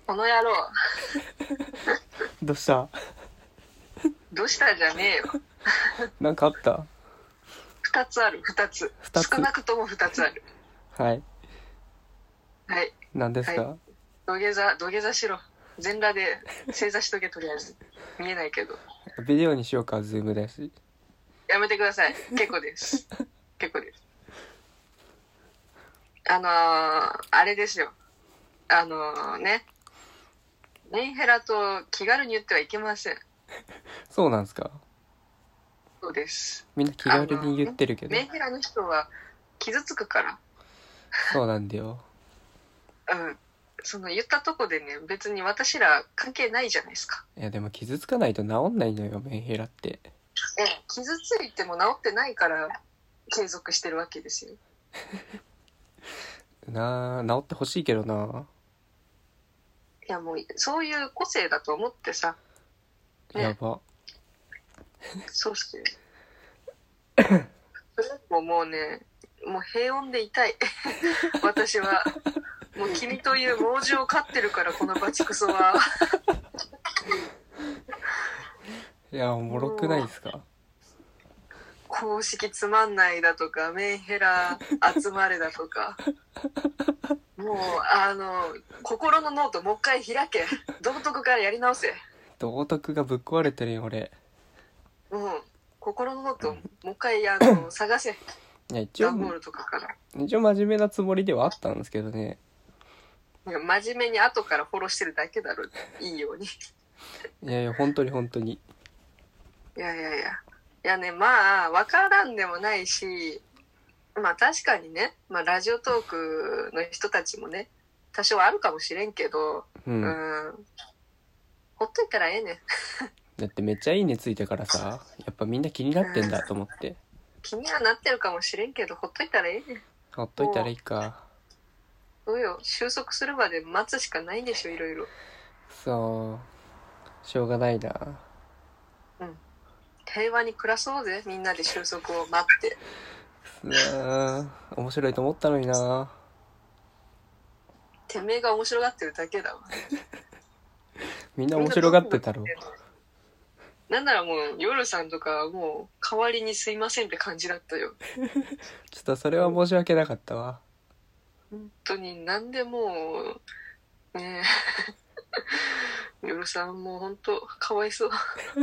この野郎。 どうした？ どうしたじゃねえよ。 なんかあった？ 2つある、2つ。 2つ少なくとも2つある。 はい。 はい。 何ですか？ はい、土下座しろ。全裸で正座しとけ、とりあえず。見えないけど。 ビデオにしようか、ズームだし。 やめてください。結構です。結構です。あれですよ。ね。メンヘラと気軽に言ってはいけません。 そうなんすか？ そうです。 みんな気軽に言ってるけど。 メンヘラの人は傷つくから。 そうなんだよ。 うん。その言ったとこでね、別に私ら関係ないじゃないですか。 いやでも傷つかないと治んないのよ、メンヘラって。 傷ついても治ってないから継続してるわけですよ。 治ってほしいけどな。 いやもうそういう個性だと思ってさ、ね、 やば。 そうしてもうね、もう平穏でいたい。私はもう君という猛獣を飼ってるから、このバチクソは。 いやおもろくないですか？ 公式つまんないだとか、メンヘラ集まれだとか、もう心のノートもう一回開け、道徳からやり直せ。 道徳がぶっ壊れてるよ俺。 心のノートもう一回探せ。 いや一応段ボールとかから。 真面目なつもりではあったんですけどね。 真面目に後からフォローしてるだけだろ、いいように。 いや本当にいやね、まあ分からんでもないし、まあ確かにね、まあラジオトークの人たちもね、多少あるかもしれんけど、ほっといたらええねん。 だってめっちゃいいねついてからさ、やっぱみんな気になってんだと思って。 気にはなってるかもしれんけど、ほっといたらええねん。 ほっといたらいいか。 そうよ、収束するまで待つしかないんでしょ、いろいろ。 そうしょうがないな。 平和に暮らそうぜ、みんなで収束を待って。 面白いと思ったのにな。 てめえが面白がってるだけだわ。 みんな面白がってたろ。 なんならもう夜さんとかもう代わりにすいませんって感じだったよ。 ちょっとそれは申し訳なかったわ。 本当になんでもうねえ夜さんもう本当かわいそう。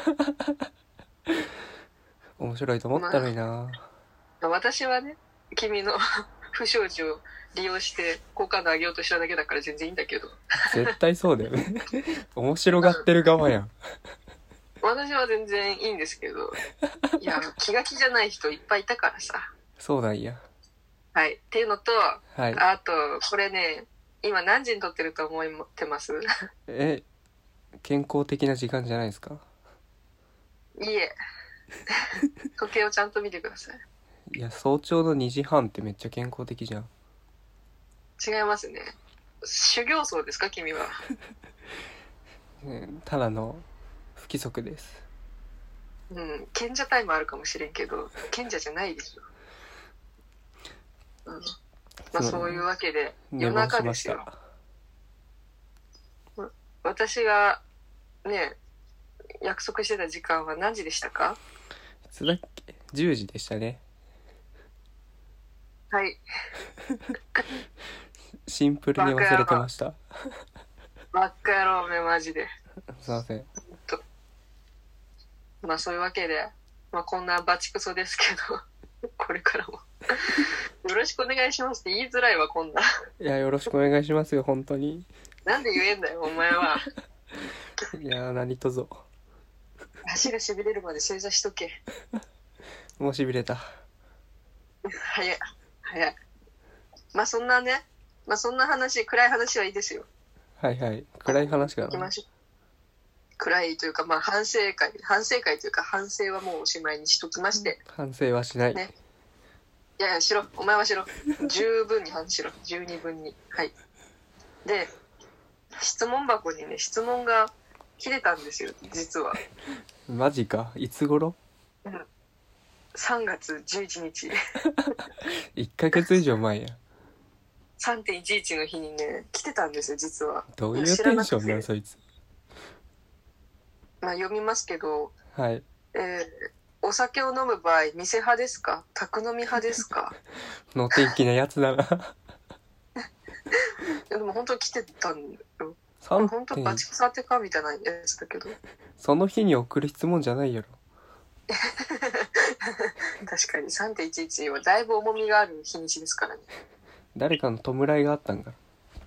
面白いと思ったのにな。 私はね、君の不祥事を利用して好感度上げようとしただけだから全然いいんだけど。 絶対そうだよね。面白がってる側やん。 私は全然いいんですけど、いや気が気じゃない人いっぱいいたからさ。 そうなんや。 はい、っていうのと、 はい、 あとこれね、今何時に撮ってると思ってます？ 健康的な時間じゃないですか？ いえ。時計をちゃんと見てください。 いや早朝の2時半ってめっちゃ健康的じゃん。 違いますね。修行僧ですか君は？ ただの不規則です。 賢者タイムあるかもしれんけど賢者じゃないでしょ。まあそういうわけで夜中ですよ。私がね約束してた時間は何時でしたか？ いつだっけ？10時でしたね。 はい。 シンプルに忘れてました。 バッカ野郎めマジで。 すいません。 まあそういうわけで、まあこんなバチクソですけど、これからもよろしくお願いしますって言いづらいわこんな。 いやよろしくお願いしますよ本当に。 なんで言えんだよお前は。 いや何とぞ。 足がしびれるまで正座しとけ。 もうしびれた。 早い。まあそんなね、まあそんな話、暗い話はいいですよ。 はい暗い話かな。 行きましょう。暗いというかまあ反省会というか反省はもうおしまいにしときまして。 反省はしない。 ね。いやしろ、お前はしろ。十分に反省しろ。十二分に。はい。で、質問箱にね質問が切れたんですよ実は。 マジか。いつ頃 ？3月11日。 1ヶ月以上前や。 3.11 の日にね来てたんですよ実は。 どういうテンションなんそいつ。 まあ読みますけど、 はい。 お酒を飲む場合店派ですか宅飲み派ですか。 の天気なやつだな。 いやでも本当に来てたんよ。 3 本当バチクソ当てかみたいなやつだけど。 その日に送る質問じゃないやろ。 確かに 3.11 はだいぶ重みがある日にちですからね。 誰かの弔いがあったんか。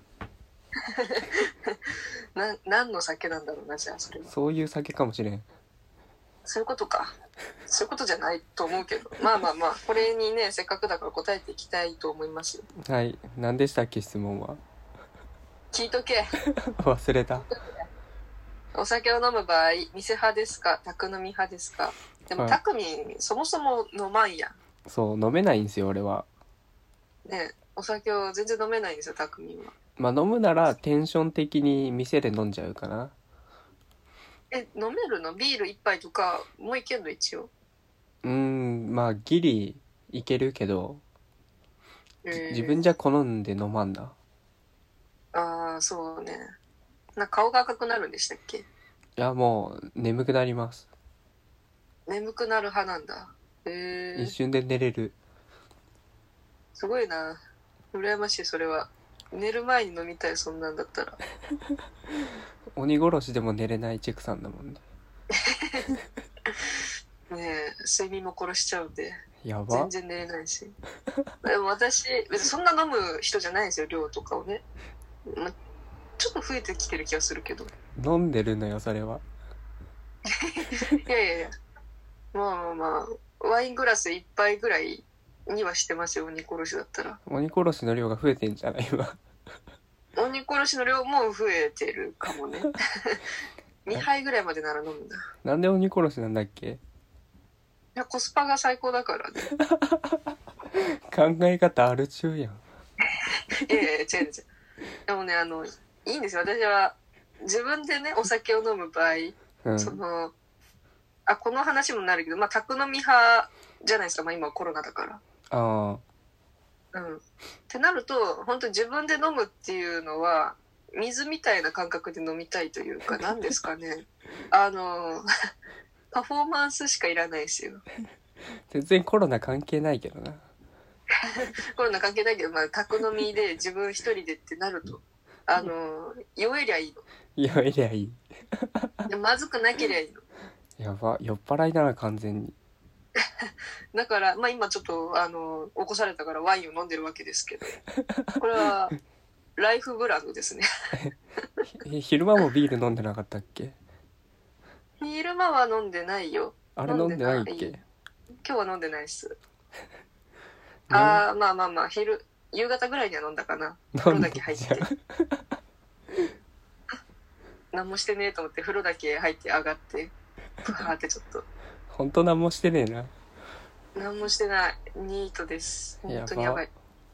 何の酒なんだろうなじゃあそれは。 そういう酒かもしれん。 そういうことか。そういうことじゃないと思うけど、まあまあまあこれにねせっかくだから答えていきたいと思いますよ。 はい。何でしたっけ質問は。 聞いとけ。 忘れた。 お酒を飲む場合店派ですか宅飲み派ですか。でもはい宅民そもそも飲まんやそう飲めないんですよ俺は。 んね。お酒を全然飲めないんですよ宅民は。 まあ飲むならテンション的に店で飲んじゃうかな。 飲めるのビール一杯とかもういけんの一応。 まあギリいけるけど、自分じゃ好んで飲まんな。 ああそうね。顔が赤くなるんでしたっけ。 いやもう眠くなります。 眠くなる派なんだ。 一瞬で寝れる。 すごいな。羨ましいそれは。寝る前に飲みたいそんなんだったら。 鬼殺しでも寝れないチェクさんだもんね。 ねえ睡眠も殺しちゃうんでやば。 全然寝れないし。でも私別にそんな飲む人じゃないんですよ量とかをね。ちょっと増えてきてる気がするけど。 飲んでるのよそれは。 いやいやいや。まあまあまあワイングラス一杯ぐらいにはしてますよ鬼殺しだったら。 鬼殺しの量が増えてんじゃない今。 鬼殺しの量も増えてるかもね。2杯ぐらいまでなら飲むんだ。いなんで鬼殺しなんだっけ。 やコスパが最高だからね。 考え方ある中やん。 いやいや違う違う。でもねいいんですよ私は。自分でねお酒を飲む場合、そのこの話もなるけどまあ宅飲み派じゃないですか。まあ今はコロナだから。ってなると本当自分で飲むっていうのは水みたいな感覚で飲みたいというか何ですかね。パフォーマンスしかいらないですよ。 全然コロナ関係ないけどな。 コロナ関係ないけどまあ宅飲みで自分一人でってなると酔えりゃいいの。 酔えりゃいい。 まずくなけりゃいいの。 やば酔っ払いだな完全に。 だからまあ今ちょっと起こされたからワインを飲んでるわけですけど、これはライフブランドですね。 昼間もビール飲んでなかったっけ。 昼間は飲んでないよ。 あれ飲んでないっけ。 今日は飲んでないっす。まあまあまあ夕方ぐらいには飲んだかな。風呂だけ入って何もしてねえと思って風呂だけ入って上がってプハーってちょっとほんと何もしてねえな。 何もしてない。ニートです。本当にやばい。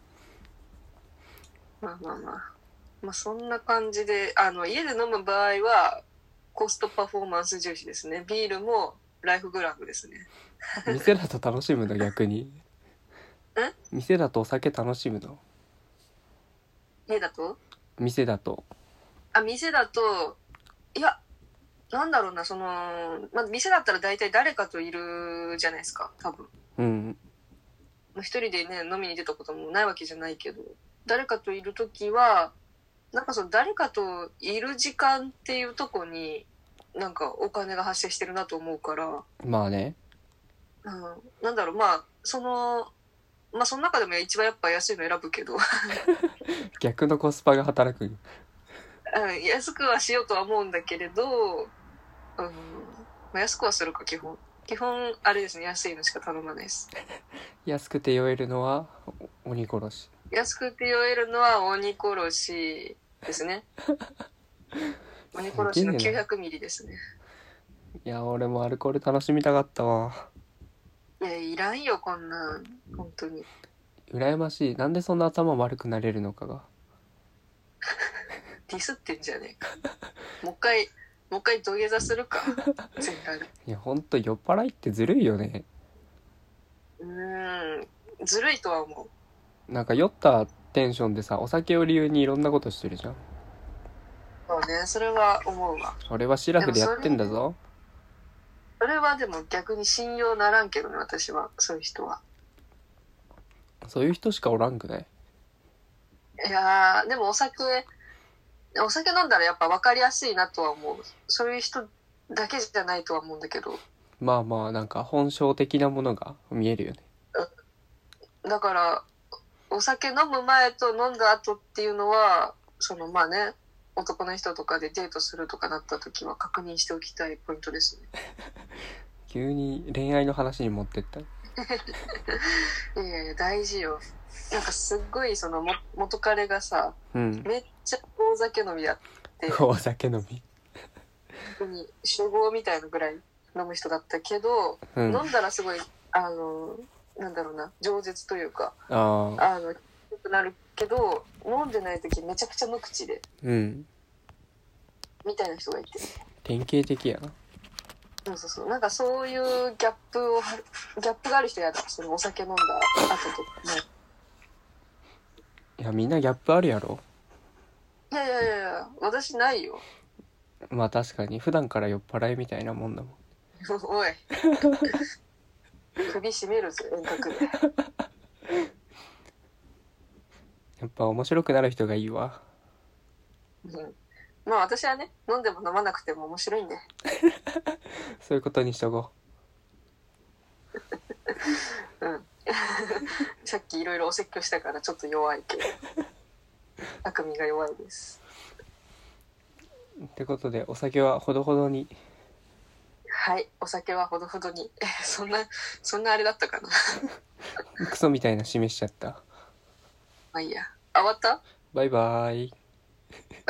まあまあまあまあそんな感じで家で飲む場合はコストパフォーマンス重視ですね。ビールもライフブランドですね。 店だと楽しむの逆に。店だとお酒楽しむの。 家だと店だと店だといやなんだろうなまあ、店だったら大体誰かといるじゃないですか多分。一人でね飲みに出たこともないわけじゃないけど誰かといる時はなんか誰かといる時間っていうとこになんかお金が発生してるなと思うから。 まあね。 なんだろうまあその中でも一番やっぱ安いの選ぶけど逆のコスパが働く。 安くはしようとは思うんだけれど、まあ、安くはするか基本あれですね安いのしか頼まないです。 安くて酔えるのは鬼殺し。 安くて酔えるのは鬼殺しですね。鬼殺しの900ミリですね。 いや俺もアルコール楽しみたかったわ。 いやいらんよこんなん本当に。 羨ましい。なんでそんな頭悪くなれるのかが。 ディスってんじゃねえか。もう一回土下座するか全体で。 いやほんと酔っ払いってずるいよね。 ずるいとは思う。 なんか酔ったテンションでさ、お酒を理由にいろんなことしてるじゃん。 そうね、それは思うわ。 俺はシラフでやってんだぞ。 それはでも逆に信用ならんけどね、私は。そういう人は。 そういう人しかおらんくない？ いやー、でもお酒飲んだらやっぱ分かりやすいなとは思う。そういう人だけじゃないとは思うんだけど。 まあまあ、なんか本性的なものが見えるよね。 だから、お酒飲む前と飲んだ後っていうのは、まあね、男の人とかでデートするとかなった時は確認しておきたいポイントですね。 急に恋愛の話に持ってった。 いやいや、大事よ。なんかすっごい元彼がさ、 うん。 めっちゃ大酒飲みやって、 お酒飲み。 本当に酒豪みたいなぐらい飲む人だったけど、 うん。 飲んだらすごい、なんだろうな、饒舌というか、 ああ。 良くなるけど、飲んでない時めちゃくちゃ無口で、 うん。 みたいな人がいて。 典型的やな。 そうそうそう。なんかそういうギャップがある人やだ。お酒飲んだ後とかね。 いや、みんなギャップあるやろ。 いやいやいやいや、私ないよ。 まあ確かに普段から酔っ払いみたいなもんだもん。 おい。首絞めるぞ、遠隔で。 やっぱ面白くなる人がいいわ。 うん。まあ私はね、飲んでも飲まなくても面白いんで。 そういうことにしとこうん。さっきいろいろお説教したからちょっと弱いけど。匠が弱いです。 う。ってことで、お酒はほどほどに。 はい、お酒はほどほどに。そんなあれだったかな。 クソみたいな示しちゃった。 まあいいや。あ、終わった？ バイバーイ。